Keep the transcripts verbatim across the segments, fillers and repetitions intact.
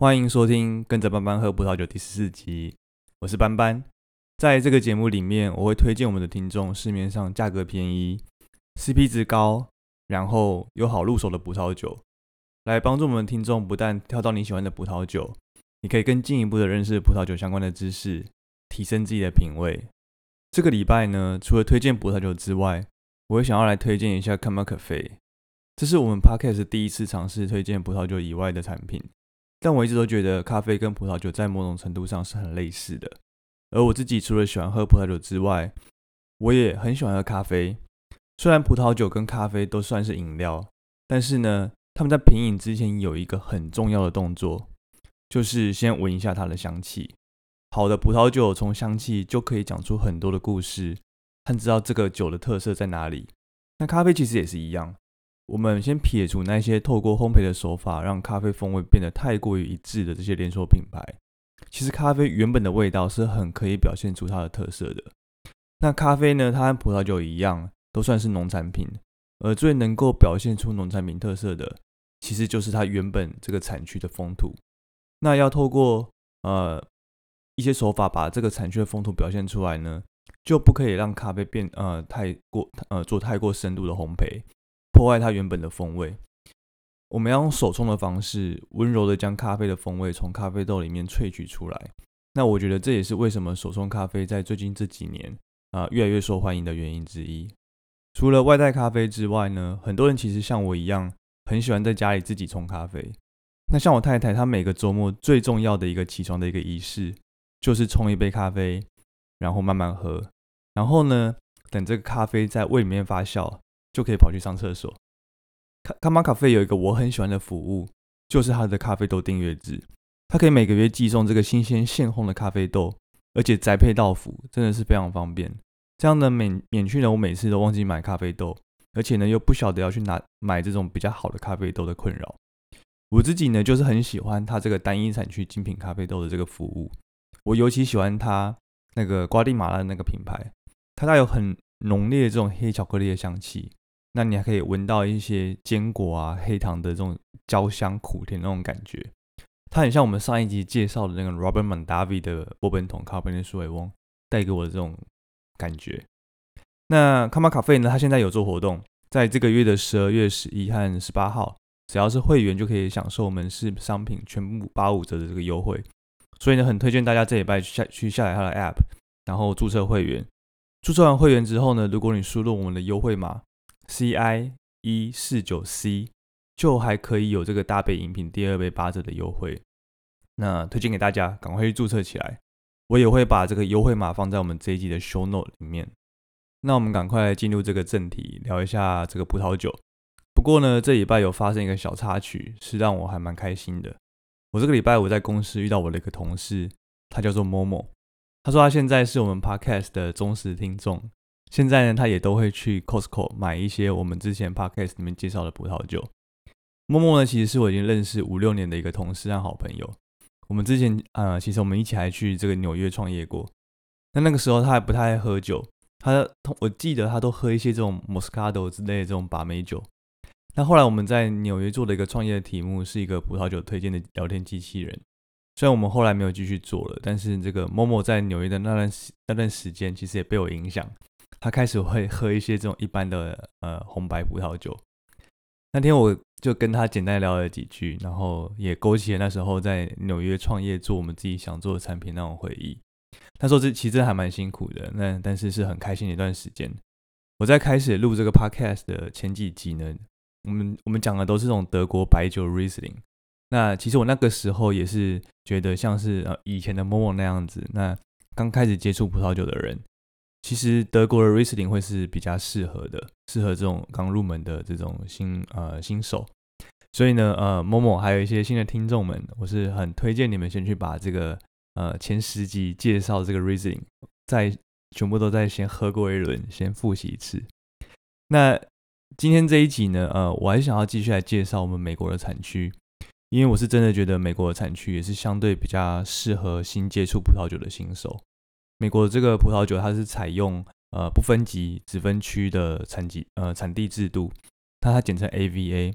欢迎收听跟着班班喝葡萄酒第十四集，我是班班。在这个节目里面，我会推荐我们的听众市面上价格便宜、C P 值高，然后又好入手的葡萄酒，来帮助我们听众不但挑到你喜欢的葡萄酒，你可以更进一步的认识葡萄酒相关的知识，提升自己的品味。这个礼拜呢，除了推荐葡萄酒之外，我也想要来推荐一下 Karma Cafe。这是我们 Podcast 第一次尝试推荐葡萄酒以外的产品，但我一直都觉得咖啡跟葡萄酒在某种程度上是很类似的。而我自己除了喜欢喝葡萄酒之外，我也很喜欢喝咖啡。虽然葡萄酒跟咖啡都算是饮料，但是呢，他们在品饮之前有一个很重要的动作，就是先闻一下它的香气。好的葡萄酒从香气就可以讲出很多的故事，和知道这个酒的特色在哪里。那咖啡其实也是一样，我们先撇除那些透过烘焙的手法让咖啡风味变得太过于一致的这些连锁品牌，其实咖啡原本的味道是很可以表现出它的特色的。那咖啡呢，它和葡萄酒一样，都算是农产品，而最能够表现出农产品特色的，其实就是它原本这个产区的风土。那要透过呃一些手法把这个产区的风土表现出来呢，就不可以让咖啡变呃太过呃做太过深度的烘焙，破坏它原本的风味。我们要用手冲的方式，温柔的将咖啡的风味从咖啡豆里面萃取出来。那我觉得这也是为什么手冲咖啡在最近这几年、呃、越来越受欢迎的原因之一。除了外带咖啡之外呢，很多人其实像我一样，很喜欢在家里自己冲咖啡。那像我太太，她每个周末最重要的一个起床的一个仪式，就是冲一杯咖啡，然后慢慢喝。然后呢，等这个咖啡在胃里面发酵，就可以跑去上厕所。卡玛咖啡有一个我很喜欢的服务，就是它的咖啡豆订阅制。它可以每个月寄送这个新鲜现烘的咖啡豆，而且宅配到府，真的是非常方便。这样呢，免免去了我每次都忘记买咖啡豆，而且呢又不晓得要去拿买这种比较好的咖啡豆的困扰。我自己呢就是很喜欢它这个单一产区精品咖啡豆的这个服务。我尤其喜欢它那个瓜地马拉的那个品牌，它带有很浓烈的这种黑巧克力的香气。那你还可以闻到一些坚果啊、黑糖的这种焦香苦甜的那种感觉，它很像我们上一集介绍的那个 Robert Mondavi 的波本桶 Cabernet Sauvignon 带给我的这种感觉。那卡玛咖啡呢，它现在有做活动，在这个月的十二月十一和十八号，只要是会员就可以享受门市商品全部八五折的这个优惠。所以呢，很推荐大家这礼拜去 下, 去下载它的 App， 然后注册会员。注册完会员之后呢，如果你输入我们的优惠码C I 一四九 C， 就还可以有这个大杯饮品第二杯八折的优惠。那推荐给大家，赶快去注册起来。我也会把这个优惠码放在我们这一集的 show note 里面。那我们赶快来进入这个正题，聊一下这个葡萄酒。不过呢，这礼拜有发生一个小插曲，是让我还蛮开心的。我这个礼拜我在公司遇到我的一个同事，他叫做 Momo。他说他现在是我们 podcast 的忠实听众。现在呢，他也都会去 Costco 买一些我们之前 podcast 里面介绍的葡萄酒。默默呢，其实是我已经认识五六年的一个同事和好朋友。我们之前呃，其实我们一起还去这个纽约创业过。那那个时候他还不太爱喝酒，他我记得他都喝一些这种 Moscato 之类的这种把妹酒。那后来我们在纽约做的一个创业的题目是一个葡萄酒推荐的聊天机器人。虽然我们后来没有继续做了，但是这个 Momo 在纽约的那段那段时间，其实也被我影响。他开始会喝一些这种一般的呃红白葡萄酒。那天我就跟他简单聊了几句，然后也勾起了那时候在纽约创业做我们自己想做的产品那种回忆。那时候其实真的还蛮辛苦的，那但是是很开心的一段时间。我在开始录这个 podcast 的前几集呢，我们我们讲的都是这种德国白酒 Riesling。那其实我那个时候也是觉得像是呃以前的 Momo 那样子，那刚开始接触葡萄酒的人。其实德国的 Riesling 会是比较适合的，适合这种刚入门的这种新呃新手。所以呢，呃，Momo 还有一些新的听众们，我是很推荐你们先去把这个呃前十集介绍这个 Riesling， 再全部都再先喝过一轮，先复习一次。那今天这一集呢，呃，我还想要继续来介绍我们美国的产区，因为我是真的觉得美国的产区也是相对比较适合新接触葡萄酒的新手。美国的这个葡萄酒，它是采用呃不分级只分区的产级呃产地制度，它它简称 A V A，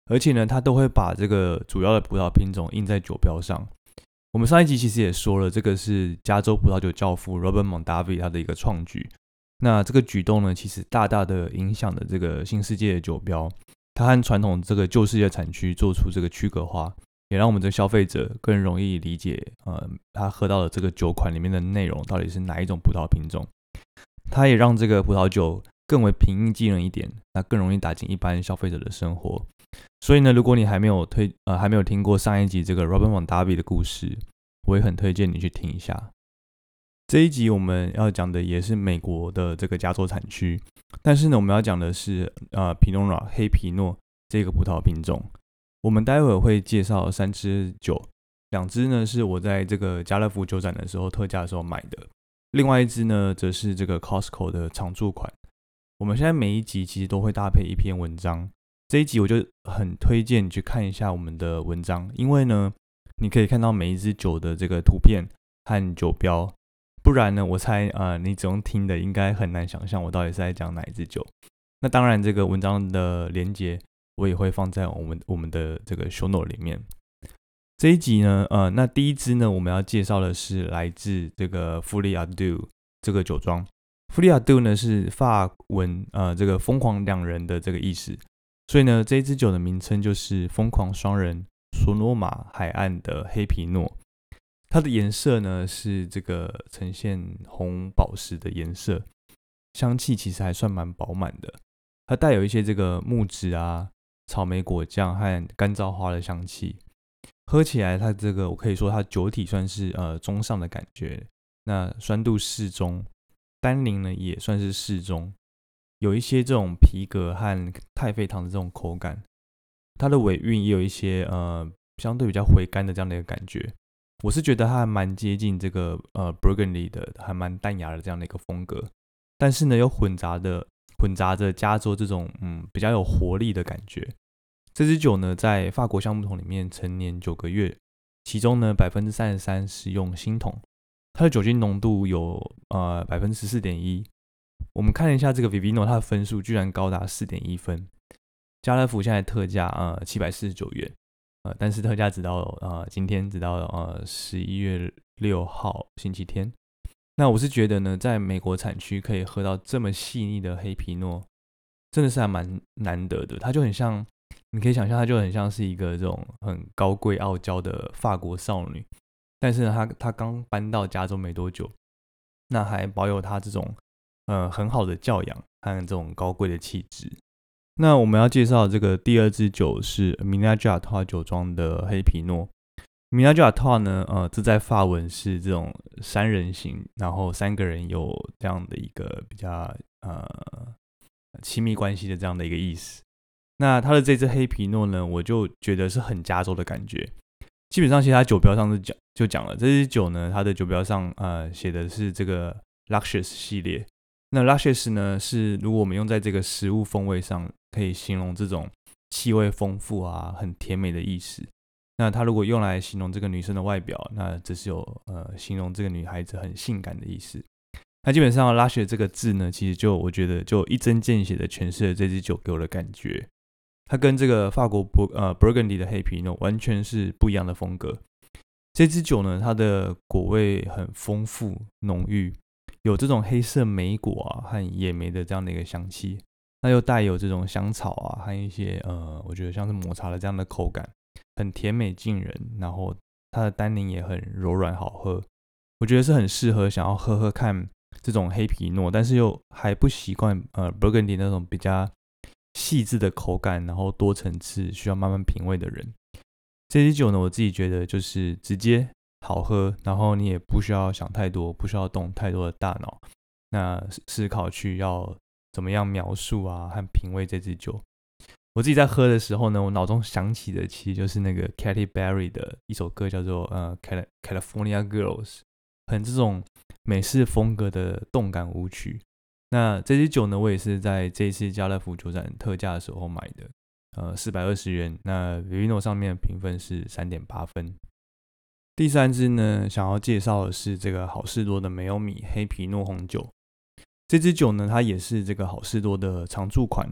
而且呢，它都会把这个主要的葡萄品种印在酒标上。我们上一集其实也说了，这个是加州葡萄酒教父 Robert Mondavi 他的一个创举。那这个举动呢，其实大大的影响了这个新世界的酒标，它和传统这个旧世界产区做出这个区隔化，也让我们这个消费者更容易理解，呃，他喝到的这个酒款里面的内容到底是哪一种葡萄品种。它也让这个葡萄酒更为平易近人一点，那更容易打进一般消费者的生活。所以呢，如果你还没有推呃还没有听过上一集这个 Robert Mondavi 的故事，我也很推荐你去听一下。这一集我们要讲的也是美国的这个加州产区，但是呢，我们要讲的是呃皮诺诺黑皮诺这个葡萄品种。我们待会儿会介绍三支酒，两支呢是我在这个家乐福酒展的时候特价的时候买的，另外一支呢则是这个 Costco 的常驻款。我们现在每一集其实都会搭配一篇文章，这一集我就很推荐你去看一下我们的文章，因为呢，你可以看到每一支酒的这个图片和酒标，不然呢，我猜呃你只用听的应该很难想象我到底是在讲哪一支酒。那当然，这个文章的连结我也会放在我们我们的这个 show note 里面。这一集呢，呃，那第一支呢，我们要介绍的是来自这个 Folie à Deux 这个酒庄。Folie à Deux 呢是法文呃这个疯狂两人的这个意思，所以呢，这一支酒的名称就是疯狂双人索诺马海岸的黑皮诺。它的颜色呢是这个呈现红宝石的颜色，香气其实还算蛮饱满的，它带有一些这个木质啊、草莓果酱和干燥花的香气。喝起来，它这个我可以说它酒体算是呃中上的感觉，那酸度适中，单宁呢也算是适中，有一些这种皮革和太妃糖的这种口感。它的尾韵也有一些呃相对比较回甘的这样的一个感觉。我是觉得它还蛮接近这个呃 Burgundy 的，还蛮淡雅的这样的一个风格，但是呢又混杂的混杂着加州这种嗯比较有活力的感觉。这支酒呢在法国橡木桶里面陈年九个月，其中呢 百分之三十三 是用新桶，它的酒精浓度有呃 百分之十四点一。我们看了一下这个 Vivino， 它的分数居然高达 四点一 分。家乐福现在特价呃七百四十九元。呃，但是特价直到呃今天直到呃十一月六号星期天。那我是觉得呢，在美国产区可以喝到这么细腻的黑皮诺，真的是还蛮难得的。它就很像，你可以想象，它就很像是一个这种很高贵傲娇的法国少女，但是呢，她她刚搬到加州没多久，那还保有她这种呃很好的教养和这种高贵的气质。那我们要介绍这个第二支酒是 Ménage à Trois 酒庄的黑皮诺。Ménage à Trois 呢，呃，这在法文是这种三人行，然后三个人有这样的一个比较呃亲密关系的这样的一个意思。那它的这支黑皮诺呢，我就觉得是很加州的感觉。基本上，其实它酒标上就讲就讲了，这支酒呢，它的酒标上呃写的是这个 Luxurious 系列。那 Luxurious 呢，是如果我们用在这个食物风味上，可以形容这种气味丰富啊、很甜美的意思。那它如果用来形容这个女生的外表，那这是有呃形容这个女孩子很性感的意思。那基本上 Luxurious 这个字呢，其实就我觉得就一针见血的诠释了这支酒给我的感觉。它跟这个法国呃 Burgundy 的黑皮诺完全是不一样的风格。这支酒呢，它的果味很丰富浓郁，有这种黑色莓果啊和野莓的这样的一个香气。那又带有这种香草啊和一些呃，我觉得像是抹茶的这样的口感，很甜美近人。然后它的单宁也很柔软好喝，我觉得是很适合想要喝喝看这种黑皮诺，但是又还不习惯呃 Burgundy 那种比较细致的口感，然后多层次需要慢慢品味的人。这支酒呢，我自己觉得就是直接好喝，然后你也不需要想太多，不需要动太多的大脑，那思考去要怎么样描述啊和品味这支酒。我自己在喝的时候呢，我脑中想起的其实就是那个 Katy Perry 的一首歌叫做呃 California Girls， 很这种美式风格的动感舞曲。那这支酒呢，我也是在这一次家乐福酒展特价的时候买的，呃四百二十元。那 Vivino 上面的评分是 三点八 分。第三支呢，想要介绍的是这个好事多的梅欧米黑皮诺红酒。这支酒呢，它也是这个好事多的常驻款。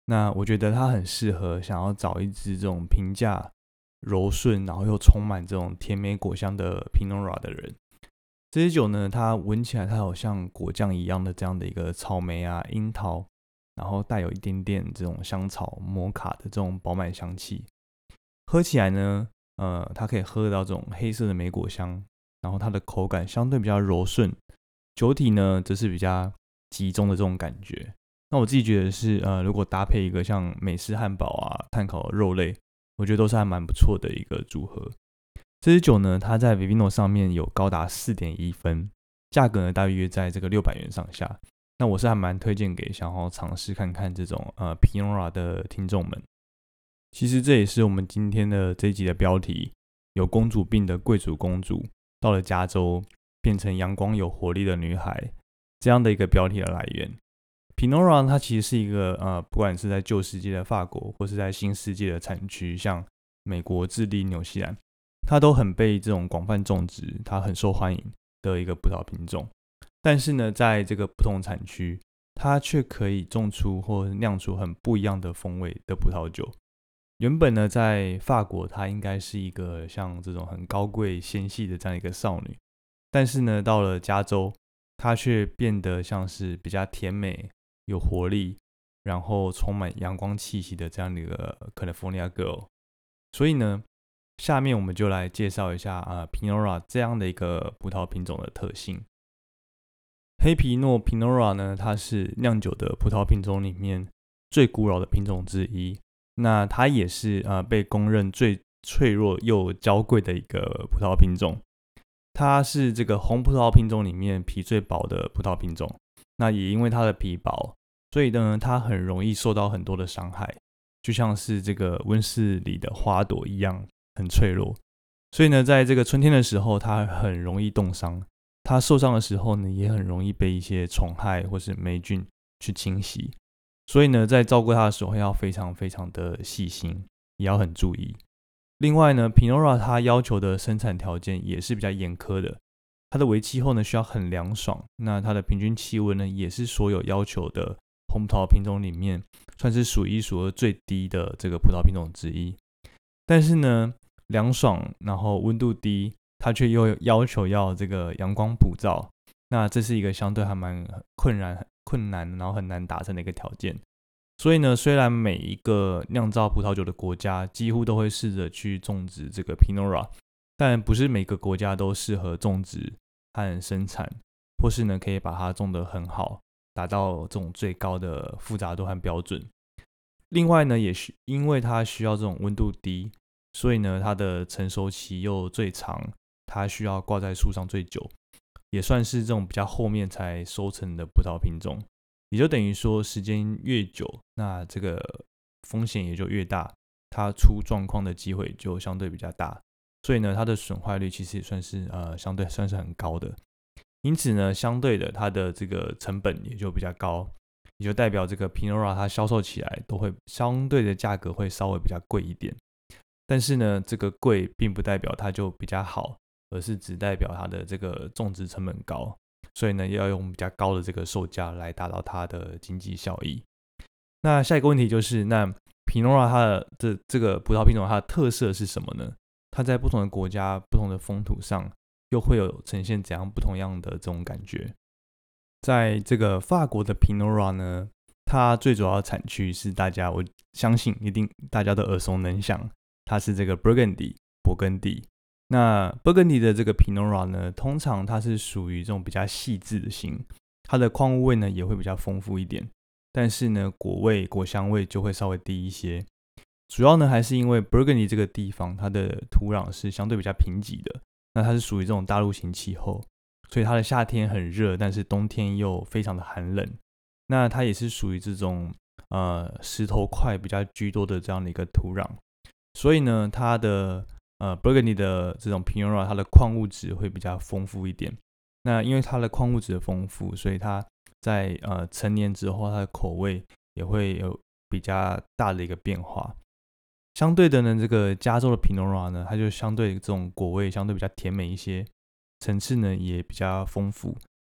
那我觉得它很适合想要找一支这种平价、柔顺，然后又充满这种甜美果香的 Pinot Noir 的人。这支酒呢，它闻起来它有像果酱一样的这样的一个草莓啊、樱桃，然后带有一点点这种香草、摩卡的这种饱满香气。喝起来呢，呃，它可以喝得到这种黑色的莓果香，然后它的口感相对比较柔顺，酒体呢则是比较集中的这种感觉。那我自己觉得是，呃，如果搭配一个像美式汉堡啊、炭烤的肉类，我觉得都是还蛮不错的一个组合。这支酒呢，它在 Vivino 上面有高达 四点一 分，价格呢大约在这个六百元上下。那我是还蛮推荐给想要尝试看看这种呃 Pinot Noir 的听众们。其实这也是我们今天的这一集的标题，有公主病的贵族公主到了加州变成阳光有活力的女孩这样的一个标题的来源。Pinot Noir 它其实是一个呃，不管是在旧世界的法国，或是在新世界的产区，像美国、智利、纽西兰，它都很被这种广泛种植，它很受欢迎的一个葡萄品种。但是呢，在这个不同产区，它却可以种出或酿出很不一样的风味的葡萄酒。原本呢，在法国，她应该是一个像这种很高贵纤细的这样一个少女，但是呢，到了加州，她却变得像是比较甜美、有活力，然后充满阳光气息的这样的一个 California Girl。所以呢，下面我们就来介绍一下啊、呃、Pinot Noir 这样的一个葡萄品种的特性。黑皮诺 Pinot Noir 呢，它是酿酒的葡萄品种里面最古老的品种之一。那它也是呃被公认最脆弱又娇贵的一个葡萄品种。它是这个红葡萄品种里面皮最薄的葡萄品种。那也因为它的皮薄，所以呢，它很容易受到很多的伤害，就像是这个温室里的花朵一样，很脆弱。所以呢，在这个春天的时候，它很容易冻伤。它受伤的时候呢，也很容易被一些虫害或是霉菌去侵袭。所以呢，在照顾它的时候要非常非常的细心，也要很注意。另外呢 Pinot Noir 它要求的生产条件也是比较严苛的，它的微气候呢需要很凉爽，那它的平均气温呢也是所有要求的红葡萄品种里面算是数一数二最低的这个葡萄品种之一。但是呢，凉爽然后温度低，它却又要求要这个阳光普照，那这是一个相对还蛮困难困难然后很难达成的一个条件。所以呢，虽然每一个酿造葡萄酒的国家几乎都会试着去种植这个 Pinot Noir， 但不是每个国家都适合种植和生产，或是呢可以把它种得很好，达到这种最高的复杂度和标准。另外呢，也是因为它需要这种温度低，所以呢它的成熟期又最长，它需要挂在树上最久，也算是这种比较后面才收成的葡萄品种。也就等于说，时间越久，那这个风险也就越大，它出状况的机会就相对比较大。所以呢，它的损坏率其实也算是呃相对算是很高的。因此呢，相对的，它的这个成本也就比较高，也就代表这个 Pinot Noir 它销售起来都会相对的价格会稍微比较贵一点。但是呢，这个贵并不代表它就比较好，而是只代表它的这个种植成本高。所以呢，要用比较高的这个售价来达到它的经济效益。那下一个问题就是，那 Pinot Noir 它的这这个葡萄品种它的特色是什么呢？它在不同的国家、不同的风土上，又会有呈现怎样不同样的这种感觉？在这个法国的 Pinot Noir 呢，它最主要的产区是大家我相信一定大家都耳熟能详，它是这个 Burgundy 勃艮第。那勃艮第的这个 Pinot Noir 呢，通常它是属于这种比较细致的型，它的矿物味呢也会比较丰富一点，但是呢果味、果香味就会稍微低一些。主要呢还是因为 Burgundy 这个地方它的土壤是相对比较贫瘠的，那它是属于这种大陆型气候，所以它的夏天很热，但是冬天又非常的寒冷。那它也是属于这种呃石头块比较居多的这样的一个土壤，所以呢它的呃 Burgundy 的这种 Pinot Noir 它的矿物质会比较丰富一点。那因为它的矿物质的丰富，所以它在呃成年之后，它的口味也会有比较大的一个变化。相对的呢，这个加州的 Pinot Noir 呢，它就相对这种果味相对比较甜美一些，层次呢也比较丰富。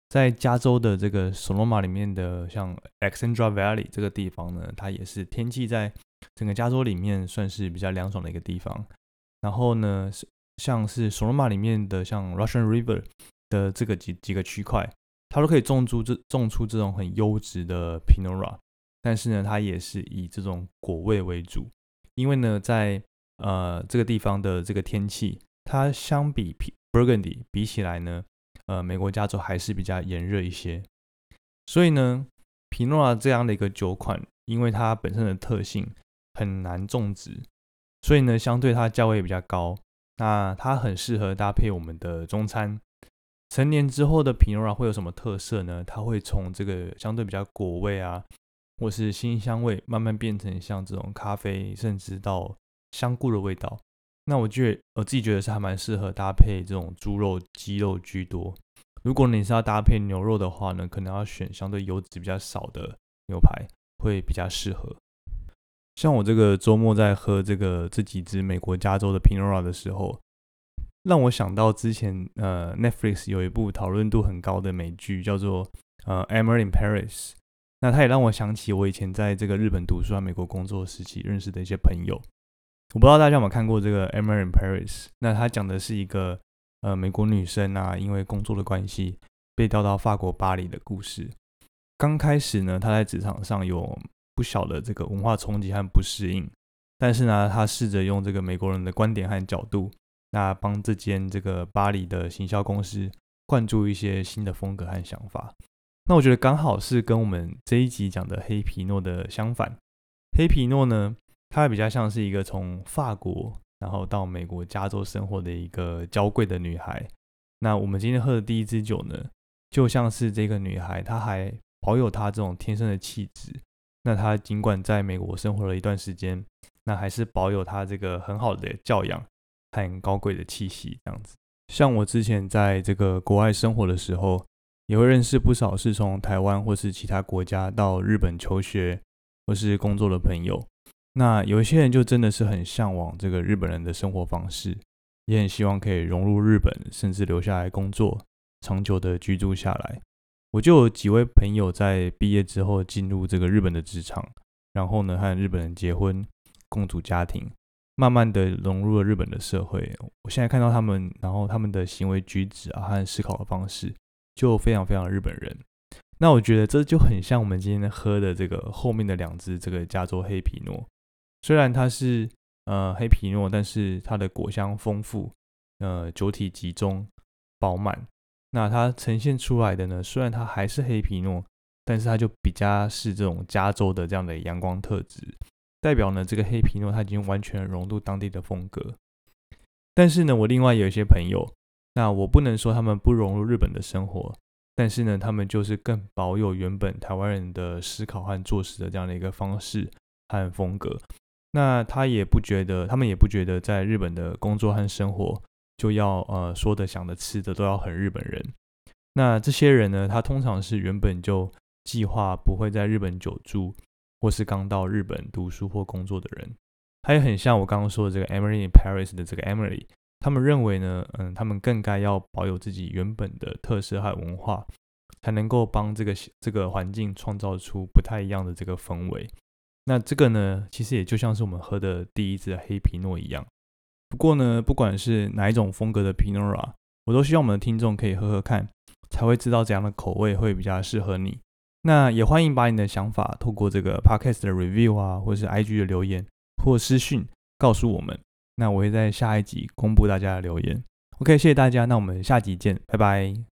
在加州的这个索诺玛里面的像 Alexandra Valley 这个地方呢，它也是天气在整个加州里面算是比较凉爽的一个地方。然后呢，像是索诺玛里面的像 Russian River 的这个几几个区块，它都可以种出这种出这种很优质的 Pinot Noir， 但是呢，它也是以这种果味为主，因为呢，在呃这个地方的这个天气，它相比 Burgundy 比起来呢，呃，美国加州还是比较炎热一些，所以呢，皮诺这样的一个酒款，因为它本身的特性很难种植，所以呢，相对它价位也比较高，那它很适合搭配我们的中餐。成年之后的皮诺会有什么特色呢？它会从这个相对比较果味啊，或是辛香味，慢慢变成像这种咖啡，甚至到香菇的味道。那我觉得我自己觉得是还蛮适合搭配这种猪肉、鸡肉居多。如果你是要搭配牛肉的话呢，可能要选相对油脂比较少的牛排，会比较适合。像我这个周末在喝这个这几支美国加州的 Pinot Noir 的时候，让我想到之前呃 Netflix 有一部讨论度很高的美剧，叫做呃 Emily in Paris。那它也让我想起我以前在这个日本读书和美国工作时期认识的一些朋友。我不知道大家有没有看过这个 Emily in Paris。那它讲的是一个呃美国女生啊，因为工作的关系被调到法国巴黎的故事。刚开始呢，她在职场上有不小的这个文化冲击和不适应，但是呢，她试着用这个美国人的观点和角度，那帮这间这个巴黎的行销公司灌注一些新的风格和想法。那我觉得刚好是跟我们这一集讲的黑皮诺的相反。黑皮诺呢，它比较像是一个从法国然后到美国加州生活的一个娇贵的女孩。那我们今天喝的第一支酒呢，就像是这个女孩她还保有她这种天生的气质。那她尽管在美国生活了一段时间，那还是保有她这个很好的教养和高贵的气息这样子。像我之前在这个国外生活的时候，也会认识不少是从台湾或是其他国家到日本求学或是工作的朋友。那有一些人就真的是很向往这个日本人的生活方式，也很希望可以融入日本，甚至留下来工作，长久的居住下来。我就有几位朋友在毕业之后进入这个日本的职场，然后呢和日本人结婚，共组家庭，慢慢的融入了日本的社会。我现在看到他们，然后他们的行为举止啊和思考的方式，就非常非常日本人。那我觉得这就很像我们今天喝的这个后面的两支这个加州黑皮诺。虽然它是呃黑皮诺，但是它的果香丰富，呃酒体集中饱满。那它呈现出来的呢，虽然它还是黑皮诺，但是它就比较是这种加州的这样的阳光特质，代表呢这个黑皮诺它已经完全融入当地的风格。但是呢，我另外有一些朋友，那我不能说他们不融入日本的生活，但是呢，他们就是更保有原本台湾人的思考和做事的这样的一个方式和风格。那他也不觉得，他们也不觉得在日本的工作和生活就要呃说的、想的、吃的都要很日本人。那这些人呢，他通常是原本就计划不会在日本久住，或是刚到日本读书或工作的人。他也很像我刚刚说的这个 Emily in Paris 的这个 Emily， 他们认为呢，嗯，他们更该要保有自己原本的特色和文化，才能够帮这个这个环境创造出不太一样的这个氛围。那这个呢，其实也就像是我们喝的第一支的黑皮诺一样。不过呢，不管是哪一种风格的 Pinot Noir， 我都希望我们的听众可以喝喝看，才会知道怎样的口味会比较适合你。那也欢迎把你的想法透过这个 Podcast 的 Review 啊，或是 I G 的留言或私讯告诉我们。那我会在下一集公布大家的留言。OK， 谢谢大家，那我们下集见，拜拜。